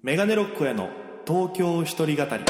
メガネロックへの東京一人語り。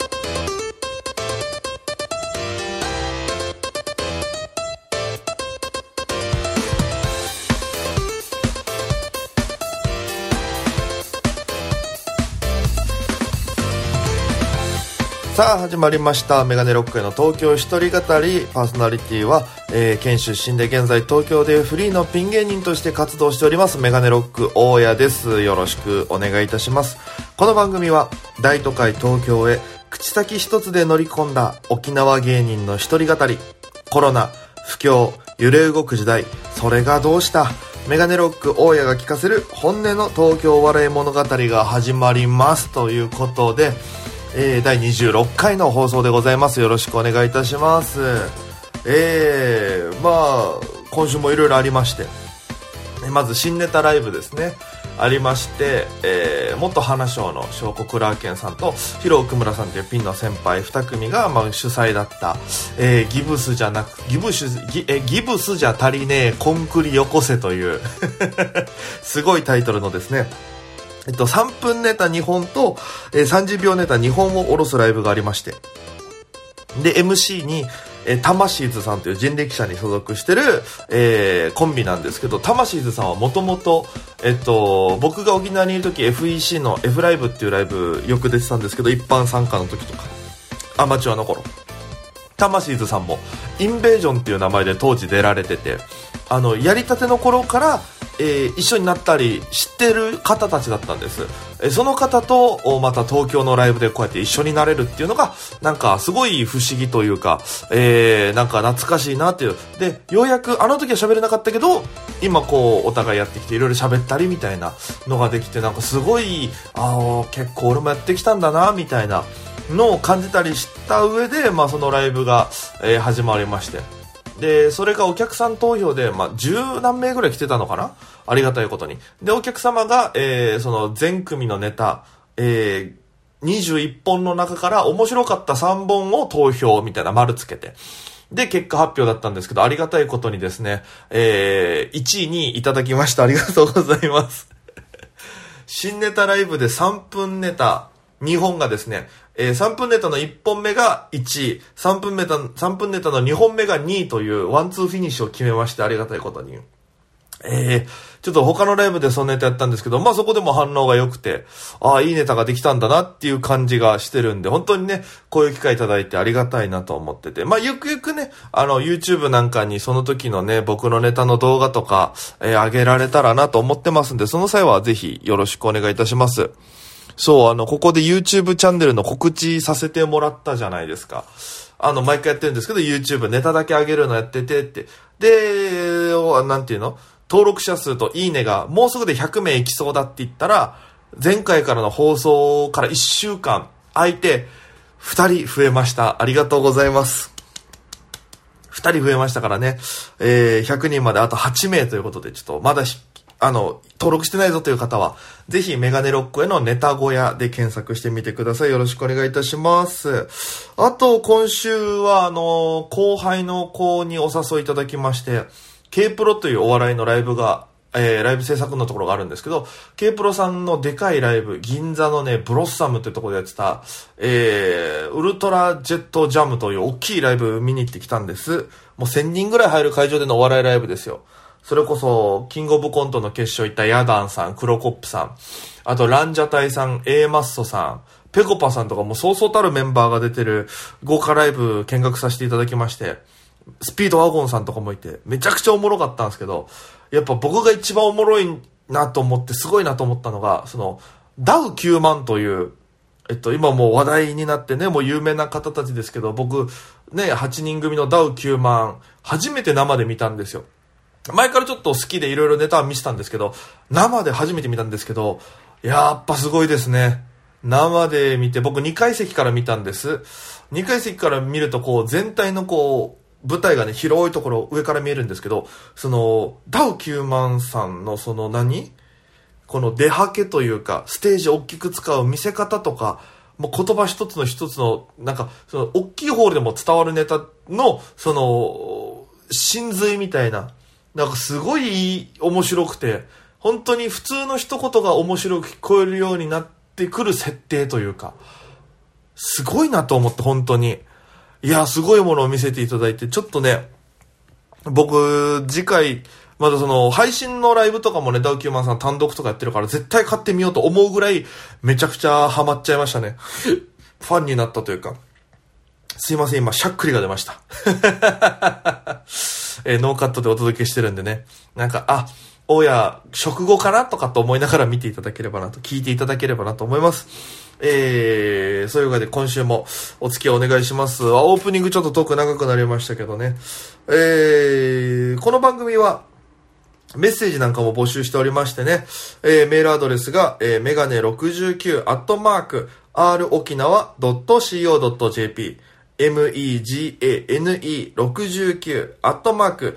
さあ始まりましたメガネロックへの東京一人語り。パーソナリティは、県出身で現在東京でフリーのピン芸人として活動しておりますメガネロック大家です。よろしくお願いいたします。この番組は大都会東京へ口先一つで乗り込んだ沖縄芸人の一人語り。コロナ、不況、揺れ動く時代、それがどうした、メガネロック大家が聞かせる本音の東京笑い物語が始まりますということで、第26回の放送でございます。よろしくお願いいたします。今週もいろいろありまして、まず新ネタライブですね、ありまして、元花賞の小国ラーケンさんとヒロ奥村さんというピンの先輩2組が、主催だった、ギブスじゃ足りねえコンクリよこせというすごいタイトルのですね、3分ネタ2本と、30秒ネタ2本を下ろすライブがありまして、で MC にタマシーズさんという人力車に所属してる、コンビなんですけど、タマシーズさんはもともと僕が沖縄にいる時 FEC の F ライブっていうライブよく出てたんですけど、一般参加の時とかアマチュアの頃、タマシーズさんもインベージョンっていう名前で当時出られてて、やりたての頃から一緒になったり知ってる方たちだったんです。その方とまた東京のライブでこうやって一緒になれるっていうのがなんかすごい不思議というか、なんか懐かしいなっていう。でようやくあの時は喋れなかったけど、今こうお互いやってきていろいろ喋ったりみたいなのができて、なんかすごい結構俺もやってきたんだなみたいなのを感じたりした上で、そのライブが、始まりまして、でそれがお客さん投票で、10何名ぐらい来てたのかな、ありがたいことに。でお客様が、その全組のネタ、21本の中から面白かった3本を投票みたいな丸つけて、で結果発表だったんですけど、ありがたいことにですね、1位にいただきました。ありがとうございます新ネタライブで3分ネタ2本がですね、3分ネタの1本目が1位、3分ネタの2本目が2位というワンツーフィニッシュを決めまして、ありがたいことに。ちょっと他のライブでそのネタやったんですけど、そこでも反応が良くて、いいネタができたんだなっていう感じがしてるんで、本当にね、こういう機会いただいてありがたいなと思ってて、ゆくゆくね、YouTube なんかにその時のね、僕のネタの動画とか、上げられたらなと思ってますんで、その際はぜひよろしくお願いいたします。そう、ここで YouTube チャンネルの告知させてもらったじゃないですか。毎回やってるんですけど、YouTube ネタだけ上げるのやっててって。で、なんていうの？登録者数といいねがもうすぐで100名いきそうだって言ったら、前回からの放送から1週間空いて、2人増えました。ありがとうございます。2人増えましたからね。100人まであと8名ということで、ちょっとまだ登録してないぞという方は、ぜひメガネロックへのネタ小屋で検索してみてください。よろしくお願いいたします。あと、今週は、後輩の子にお誘いいただきまして、K プロというお笑いのライブが、ライブ制作のところがあるんですけど、K プロさんのでかいライブ、銀座のね、ブロッサムというところでやってた、ウルトラジェットジャムという大きいライブ見に行ってきたんです。もう1000人ぐらい入る会場でのお笑いライブですよ。それこそ、キングオブコントの決勝行ったヤダンさん、クロコップさん、あとランジャタイさん、A マッソさん、ペコパさんとかもそうそうたるメンバーが出てる豪華ライブ見学させていただきまして、スピードワゴンさんとかもいて、めちゃくちゃおもろかったんですけど、やっぱ僕が一番おもろいなと思って、すごいなと思ったのが、ダウ9万という、今もう話題になってね、もう有名な方たちですけど、僕、ね、8人組のダウ9万、初めて生で見たんですよ。前からちょっと好きでいろいろネタは見せたんですけど、生で初めて見たんですけど、やっぱすごいですね。生で見て、僕2階席から見たんです。2階席から見ると全体の舞台がね、広いところ上から見えるんですけど、ダウ9万さんのこの出はけというか、ステージを大きく使う見せ方とか、もう言葉一つの一つの、大きいホールでも伝わるネタの、真髄みたいな、すごい面白くて、本当に普通の一言が面白く聞こえるようになっってくる設定というか、すごいなと思って、本当に。いや、すごいものを見せていただいて、ちょっとね、僕、次回、まだその、配信のライブとかもね、ダウ90000さん単独とかやってるから、絶対買ってみようと思うぐらい、めちゃくちゃハマっちゃいましたね。ファンになったというか。すいません、今、しゃっくりが出ました。ノーカットでお届けしてるんでね。なんか、おや、食後かなとかと思いながら見ていただければなと、聞いていただければなと思います。そういうわけで今週もお付き合いお願いします。オープニングちょっとトーク長くなりましたけどね。この番組はメッセージなんかも募集しておりましてね。メールアドレスが、メガネ69@rokinawa.co.jp megane69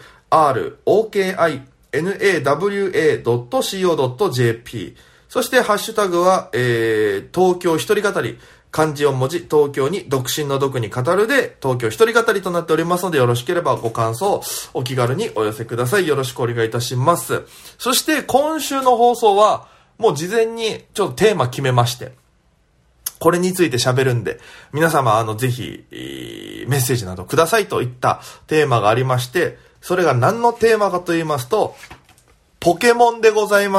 ROKINAWA.co.jp そしてハッシュタグは、東京一人語り、漢字4文字、東京に独身の独に語るで、東京一人語りとなっておりますので、よろしければご感想、お気軽にお寄せください。よろしくお願いいたします。そして今週の放送は、もう事前にちょっとテーマ決めまして、これについて喋るんで、皆様ぜひ、メッセージなどくださいといったテーマがありまして、それが何のテーマかと言いますと、ポケモンでございます。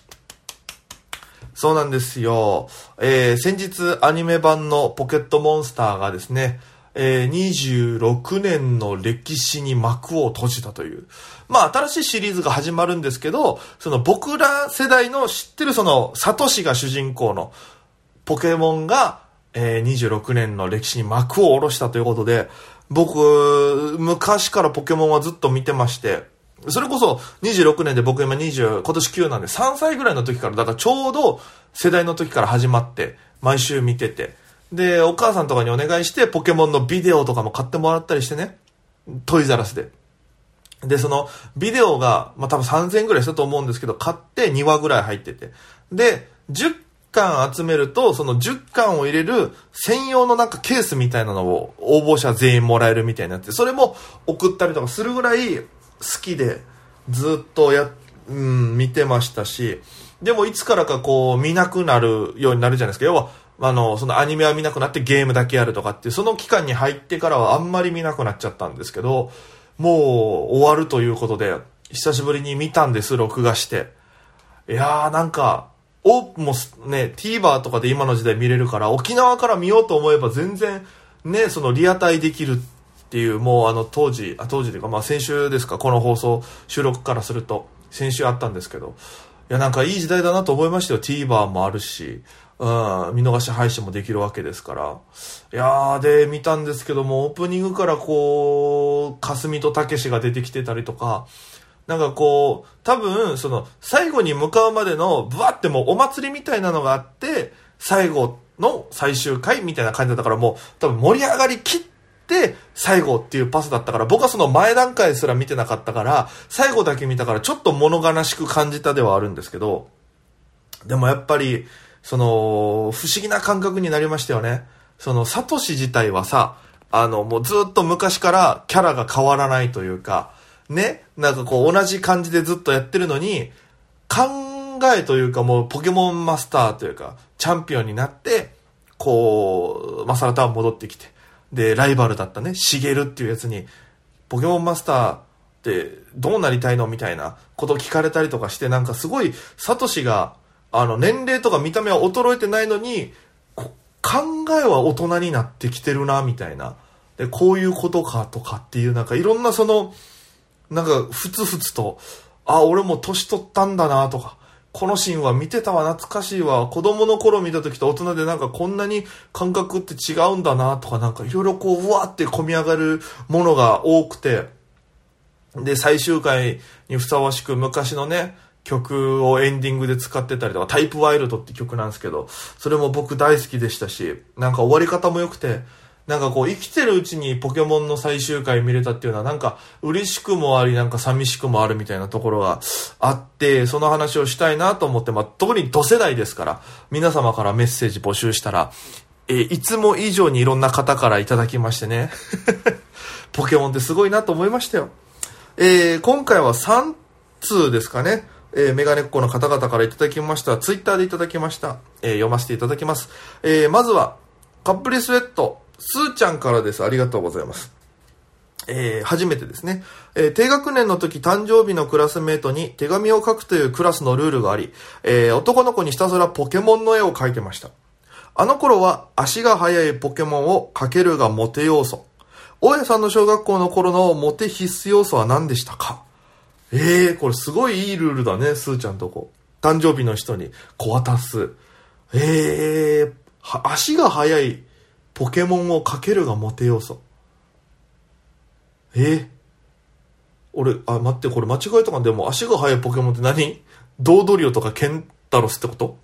そうなんですよ。先日アニメ版のポケットモンスターがですね、26年の歴史に幕を閉じたという。まあ新しいシリーズが始まるんですけど、その僕ら世代の知ってるそのサトシが主人公のポケモンが、26年の歴史に幕を下ろしたということで、僕、昔からポケモンはずっと見てまして、それこそ26年で僕今今年9なんで3歳ぐらいの時から、だからちょうど世代の時から始まって、毎週見てて、で、お母さんとかにお願いしてポケモンのビデオとかも買ってもらったりしてね、トイザラスで。で、そのビデオが、多分3000円ぐらいしたと思うんですけど、買って2話ぐらい入ってて。で、10巻集めると、その10巻を入れる専用のなんかケースみたいなのを応募者全員もらえるみたいになって、それも送ったりとかするぐらい好きで、ずっと見てましたし、でもいつからかこう見なくなるようになるじゃないですか。要は、そのアニメは見なくなってゲームだけやるとかっていう、その期間に入ってからはあんまり見なくなっちゃったんですけど、もう終わるということで、久しぶりに見たんです、録画して。いやーなんか、もうね、TVer とかで今の時代見れるから、沖縄から見ようと思えば全然、ね、そのリアタイできるっていう、もう当時というか、先週ですか、この放送、収録からすると、先週あったんですけど、いやなんかいい時代だなと思いましたよ。TVer もあるし、見逃し配信もできるわけですから。いやー、で、見たんですけども、オープニングからこう、かすみとたけしが出てきてたりとか、なんかこう、多分、その、最後に向かうまでの、ブワってもうお祭りみたいなのがあって、最後の最終回みたいな感じだったから、もう、多分盛り上がりきって、最後っていうパスだったから、僕はその前段階すら見てなかったから、最後だけ見たから、ちょっと物悲しく感じたではあるんですけど、でもやっぱり、その、不思議な感覚になりましたよね。その、サトシ自体はさ、もうずっと昔からキャラが変わらないというか、ね、なんかこう同じ感じでずっとやってるのに、考えというかもうポケモンマスターというか、チャンピオンになって、こう、マサラタウン戻ってきて、で、ライバルだったね、シゲルっていうやつに、ポケモンマスターってどうなりたいのみたいなことを聞かれたりとかして、なんかすごい、サトシが、年齢とか見た目は衰えてないのに、考えは大人になってきてるな、みたいな。で、こういうことかとかっていう、なんかいろんなその、なんか、ふつふつと、俺も年取ったんだなとか、このシーンは見てたわ、懐かしいわ、子供の頃見た時と大人でなんかこんなに感覚って違うんだなとか、なんかいろいろこう、うわって込み上がるものが多くて、で、最終回にふさわしく昔のね、曲をエンディングで使ってたりとか、タイプワイルドって曲なんですけど、それも僕大好きでしたし、なんか終わり方も良くて、なんかこう生きてるうちにポケモンの最終回見れたっていうのはなんか嬉しくもありなんか寂しくもあるみたいなところがあって、その話をしたいなと思って、特に同世代ですから皆様からメッセージ募集したら、いつも以上にいろんな方からいただきましてねポケモンってすごいなと思いましたよ。今回は3通ですかね。 メガネっ子の方々からいただきました。ツイッターでいただきました。読ませていただきます。まずは、カップリスウェット、スーちゃんからです。ありがとうございます。初めてですね、低学年の時誕生日のクラスメートに手紙を書くというクラスのルールがあり、男の子にひたすらポケモンの絵を描いてました。あの頃は足が速いポケモンを描けるがモテ要素。大家さんの小学校の頃のモテ必須要素は何でしたか？これすごいいいルールだね、スーちゃんとこ。誕生日の人に渡す。足が速いポケモンを描けるがモテ要素。俺、待って、これ間違えたかな。でも足が速いポケモンって何？ドードリオとかケンタロスってこと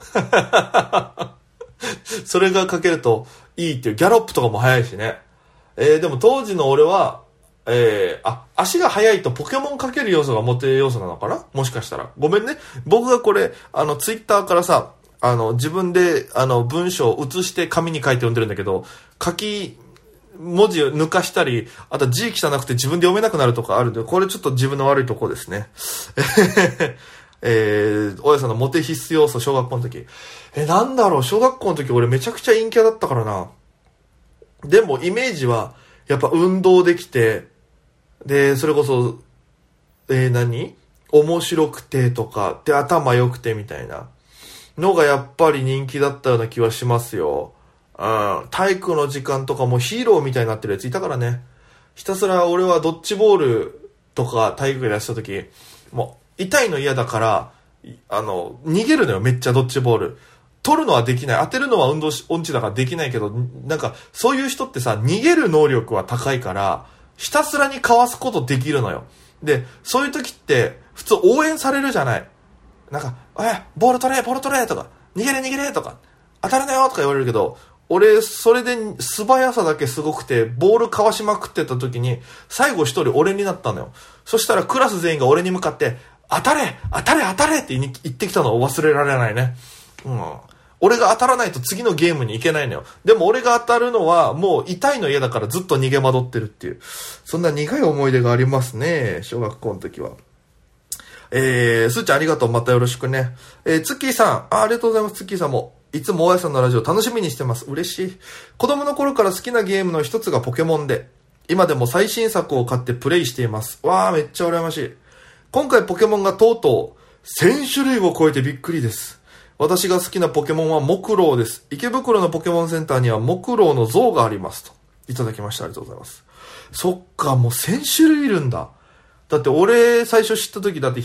それが描けるといいっていう。ギャロップとかも速いしね。でも当時の俺は、足が速いとポケモンかける要素がモテ要素なのかな？もしかしたら。ごめんね。僕がこれ、ツイッターからさ、自分で、文章を写して紙に書いて読んでるんだけど、文字を抜かしたり、あと字汚くて自分で読めなくなるとかあるんで、これちょっと自分の悪いとこですね。大家さんのモテ必須要素、小学校の時。なんだろう、小学校の時俺めちゃくちゃ陰キャだったからな。でもイメージは、やっぱ運動できて、で、それこそ、面白くてとか、で、頭良くてみたいなのがやっぱり人気だったような気はしますよ。体育の時間とかもヒーローみたいになってるやついたからね。ひたすら俺はドッジボールとか体育でやってた時、もう痛いの嫌だから、逃げるのよ、めっちゃドッジボール。取るのはできない。当てるのは音痴だからできないけど、なんか、そういう人ってさ、逃げる能力は高いから、ひたすらにかわすことできるのよ。で、そういう時って、普通応援されるじゃない。なんか、ボール取れとか、逃げれとか、当たるなよとか言われるけど、俺、それで素早さだけすごくて、ボールかわしまくってた時に、最後一人俺になったのよ。そしたらクラス全員が俺に向かって、当たれって言ってきたのを忘れられないね。俺が当たらないと次のゲームに行けないのよ。でも俺が当たるのはもう痛いの嫌だからずっと逃げ惑ってるっていう。そんな苦い思い出がありますね。小学校の時は。すーちゃんありがとう。またよろしくね。ツッキーさん。ありがとうございます。ツッキーさんも。いつも大家さんのラジオ楽しみにしてます。嬉しい。子供の頃から好きなゲームの一つがポケモンで、今でも最新作を買ってプレイしています。わー、めっちゃ羨ましい。今回ポケモンがとうとう1000種類を超えてびっくりです。私が好きなポケモンはモクロウです。池袋のポケモンセンターにはモクロウの像がありますと。いただきました。ありがとうございます。そっか、もう1000種類いるんだ。だって俺最初知った時だって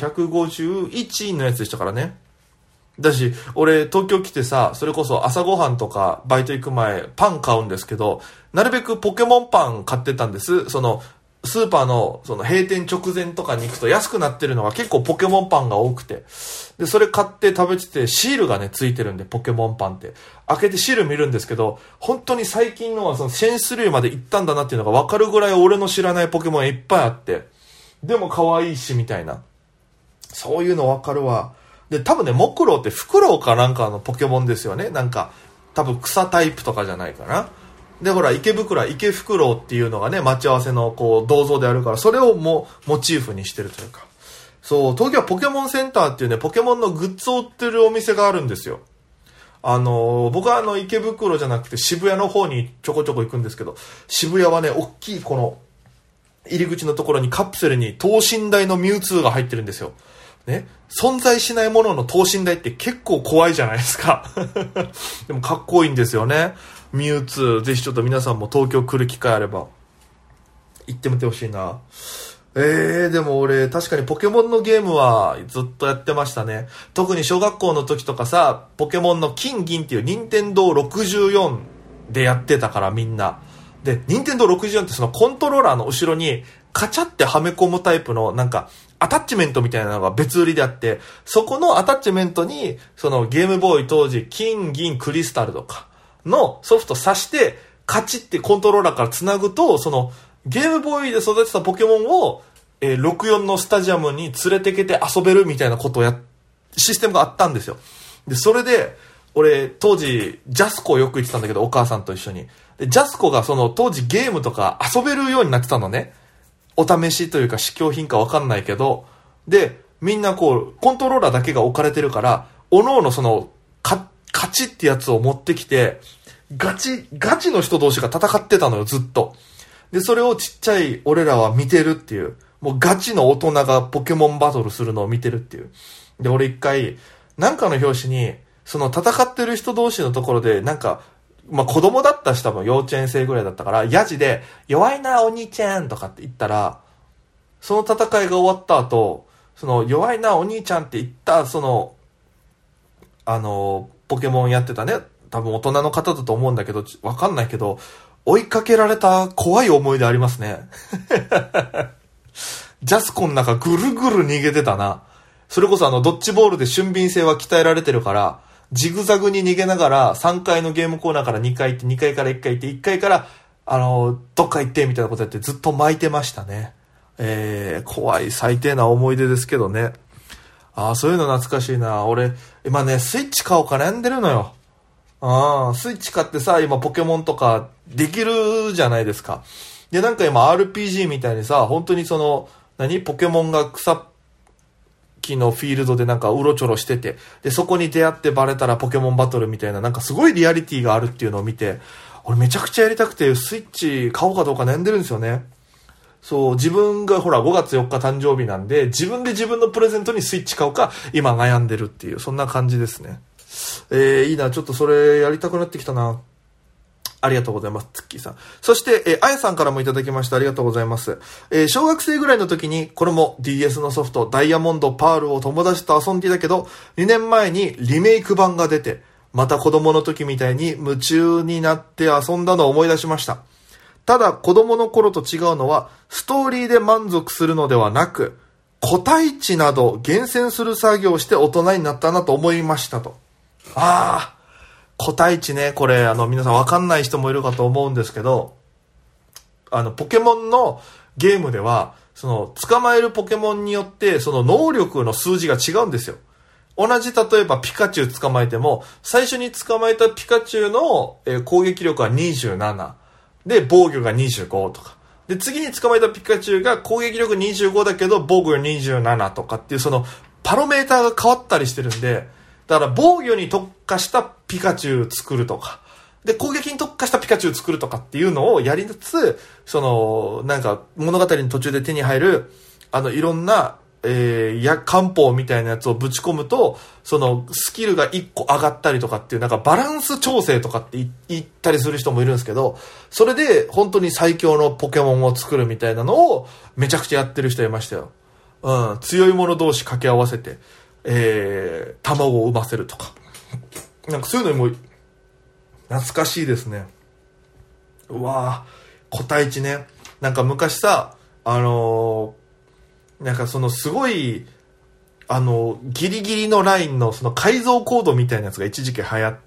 151のやつでしたからね。だし、俺東京来てさ、それこそ朝ごはんとかバイト行く前パン買うんですけど、なるべくポケモンパン買ってたんです。そのスーパーのその閉店直前とかに行くと安くなってるのが結構ポケモンパンが多くて。で、それ買って食べててシールがね、ついてるんで、ポケモンパンって。開けてシール見るんですけど、本当に最近のはその1000種類まで行ったんだなっていうのが分かるぐらい俺の知らないポケモンいっぱいあって。でも可愛いし、みたいな。そういうの分かるわ。で、多分ね、モクロウってフクロウかなんかのポケモンですよね。なんか、多分草タイプとかじゃないかな。で、ほら、池袋、池フクロウっていうのがね、待ち合わせのこう、銅像であるから、それをモチーフにしてるというか。そう、東京はポケモンセンターっていうね、ポケモンのグッズを売ってるお店があるんですよ。僕は池袋じゃなくて渋谷の方にちょこちょこ行くんですけど、渋谷はね、大きいこの、入り口のところにカプセルに等身大のミュウツーが入ってるんですよ。ね。存在しないものの等身大って結構怖いじゃないですか。でもかっこいいんですよね。ミュウツー。ぜひちょっと皆さんも東京来る機会あれば、行ってみてほしいな。でも俺、確かにポケモンのゲームはずっとやってましたね。特に小学校の時とかさ、ポケモンの金銀っていう任天堂64でやってたからみんな。で、任天堂64ってそのコントローラーの後ろにカチャってはめ込むタイプのなんかアタッチメントみたいなのが別売りであって、そこのアタッチメントにそのゲームボーイ当時金銀クリスタルとかのソフト挿してカチってコントローラーから繋ぐと、そのゲームボーイで育てたポケモンを64のスタジアムに連れてけて遊べるみたいなことをシステムがあったんですよ。で、それで俺当時ジャスコよく行ってたんだけど、お母さんと一緒に。で、ジャスコがその当時ゲームとか遊べるようになってたのね。お試しというか試供品かわかんないけど。で、 みんなこう、コントローラーだけが置かれてるから、おのおのその、勝ちってやつを持ってきて、ガチの人同士が戦ってたのよ、ずっと。で、それをちっちゃい俺らは見てるっていう。もうガチの大人がポケモンバトルするのを見てるっていう。で、俺一回、なんかの表紙に、その戦ってる人同士のところで、なんか、まあ、子供だったし多分幼稚園生ぐらいだったから、ヤジで、弱いなお兄ちゃんとかって言ったら、その戦いが終わった後、その弱いなお兄ちゃんって言った、その、ポケモンやってたね、多分大人の方だと思うんだけど、わかんないけど、追いかけられた怖い思い出ありますね。ジャスコの中ぐるぐる逃げてたな。それこそドッジボールで俊敏性は鍛えられてるから、ジグザグに逃げながら3階のゲームコーナーから2階行って、2階から1階行って、1階からどっか行ってみたいなことやってずっと巻いてましたね。怖い最低な思い出ですけどね。そういうの懐かしいな。俺今ねスイッチ買おうか悩んでるのよ。スイッチ買ってさ、今ポケモンとかできるじゃないですか。で、なんか今 RPG みたいにさ、本当にそのポケモンが草木のフィールドでなんかうろちょろしてて、でそこに出会ってバレたらポケモンバトルみたいな、なんかすごいリアリティがあるっていうのを見て、俺めちゃくちゃやりたくてスイッチ買おうかどうか悩んでるんですよね。そう、自分がほら5月4日誕生日なんで、自分で自分のプレゼントにスイッチ買うか今悩んでるっていう、そんな感じですね。いいな、ちょっとそれやりたくなってきたな。ありがとうございます、ツッキーさん。そして、あやさんからもいただきました。ありがとうございます。小学生ぐらいの時に、これも DS のソフト、ダイヤモンドパールを友達と遊んでいたけど、2年前にリメイク版が出て、また子供の時みたいに夢中になって遊んだのを思い出しました。ただ、子供の頃と違うのは、ストーリーで満足するのではなく、個体値など厳選する作業をして大人になったなと思いましたと。個体値ね、これ皆さんわかんない人もいるかと思うんですけど、ポケモンのゲームでは、その捕まえるポケモンによってその能力の数字が違うんですよ。同じ例えばピカチュウ捕まえても、最初に捕まえたピカチュウの攻撃力は27で防御が25とか、で次に捕まえたピカチュウが攻撃力25だけど防御27とかっていう、そのパロメーターが変わったりしてるんで、だから防御に特化したピカチュウ作るとか、で攻撃に特化したピカチュウ作るとかっていうのをやりつつ、そのなんか物語の途中で手に入るいろんな漢方みたいなやつをぶち込むと、そのスキルが1個上がったりとかっていう、なんかバランス調整とかって言ったりする人もいるんですけど、それで本当に最強のポケモンを作るみたいなのをめちゃくちゃやってる人いましたよ。強い者同士掛け合わせて卵を産ませるとか、なんかそういうのも懐かしいですね。うわぁ、個体値ね。なんか昔さ、なんかそのすごいギリギリのラインのその改造コードみたいなやつが一時期流行って、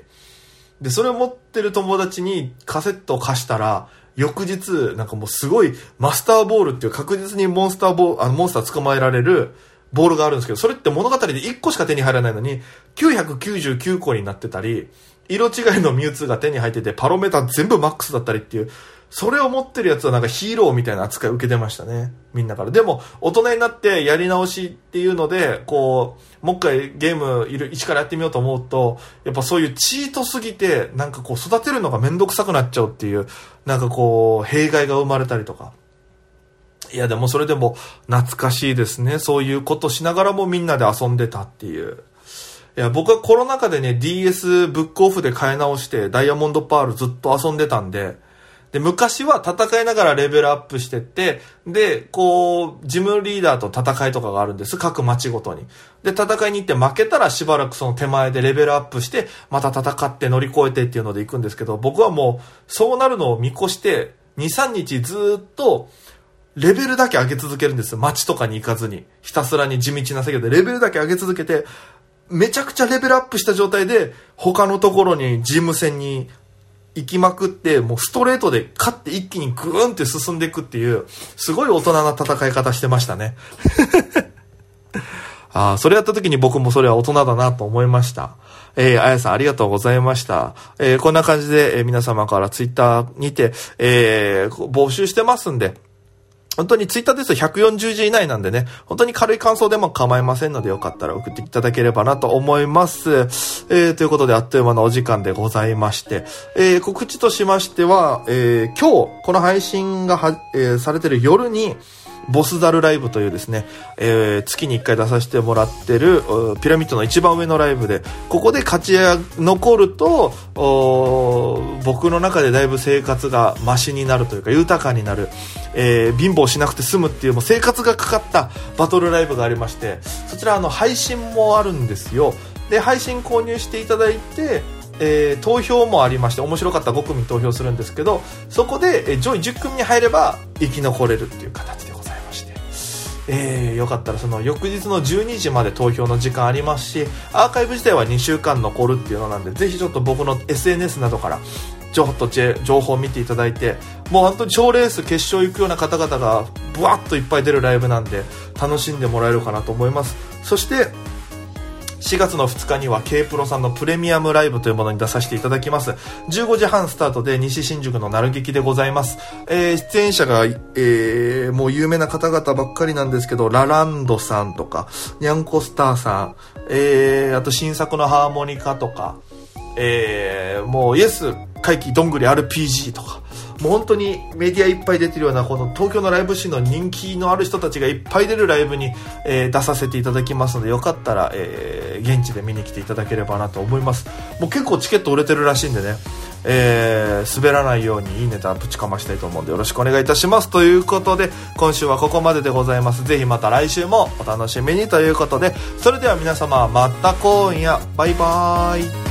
でそれを持ってる友達にカセットを貸したら、翌日なんかもうすごいマスターボールっていう確実にモンスター捕まえられるボールがあるんですけど、それって物語で1個しか手に入らないのに999個になってたり、色違いのミュウツーが手に入っててパロメーター全部マックスだったりっていう、それを持ってるやつはなんかヒーローみたいな扱いを受けてましたね、みんなから。でも大人になってやり直しっていうので、こうもう一回ゲーム一からやってみようと思うと、やっぱそういうチートすぎてなんかこう育てるのがめんどくさくなっちゃうっていう、なんかこう弊害が生まれたりとか。いやでもそれでも懐かしいですね。そういうことしながらもみんなで遊んでたっていう。いや僕はコロナ禍でね DS ブックオフで買い直してダイヤモンドパールずっと遊んでたんで、昔は戦いながらレベルアップしてって、でこうジムリーダーと戦いとかがあるんです、各街ごとに。で戦いに行って負けたらしばらくその手前でレベルアップしてまた戦って乗り越えてっていうので行くんですけど、僕はもうそうなるのを見越して 2,3 日ずっとレベルだけ上げ続けるんですよ。街とかに行かずにひたすらに地道な作業でレベルだけ上げ続けて、めちゃくちゃレベルアップした状態で他のところにジム戦に行きまくって、もうストレートで勝って一気にグーンって進んでいくっていう、すごい大人な戦い方してましたね。それやった時に僕もそれは大人だなと思いました。あやさんありがとうございました。こんな感じで、皆様からツイッターにて、募集してますんで、 本当にツイッターですと140字以内なんでね、本当に軽い感想でも構いませんので、よかったら送っていただければなと思います。ということで、あっという間のお時間でございまして、告知としましては、今日、この配信がされてる夜に、ボスザルライブというですね、月に1回出させてもらってるピラミッドの一番上のライブで、ここで勝ち残ると僕の中でだいぶ生活がマシになるというか豊かになる、貧乏しなくて済むっていう、もう生活がかかったバトルライブがありまして、そちら配信もあるんですよ。で、配信購入していただいて、投票もありまして、面白かった5組投票するんですけど、そこで、上位10組に入れば生き残れるっていう形でございまして、よかったらその翌日の12時まで投票の時間ありますし、アーカイブ自体は2週間残るっていうのなんで、ぜひちょっと僕の SNS などから情報を見ていただいて、もう本当に賞レース決勝行くような方々がブワッといっぱい出るライブなんで、楽しんでもらえるかなと思います。そして4月の2日には K プロさんのプレミアムライブというものに出させていただきます。15時半スタートで西新宿のなる劇でございます。出演者が、もう有名な方々ばっかりなんですけど、ラランドさんとか、ニャンコスターさん、あと新作のハーモニカとか、もうイエス怪奇どんぐり RPG とか、もう本当にメディアいっぱい出てるようなこの東京のライブシーンの人気のある人たちがいっぱい出るライブに、出させていただきますので、よかったら、現地で見に来ていただければなと思います。もう結構チケット売れてるらしいんでね、滑らないようにいいネタぶちかましたいと思うんでよろしくお願いいたします。ということで今週はここまででございます。ぜひまた来週もお楽しみにということで、それでは皆様また今夜、バイバーイ。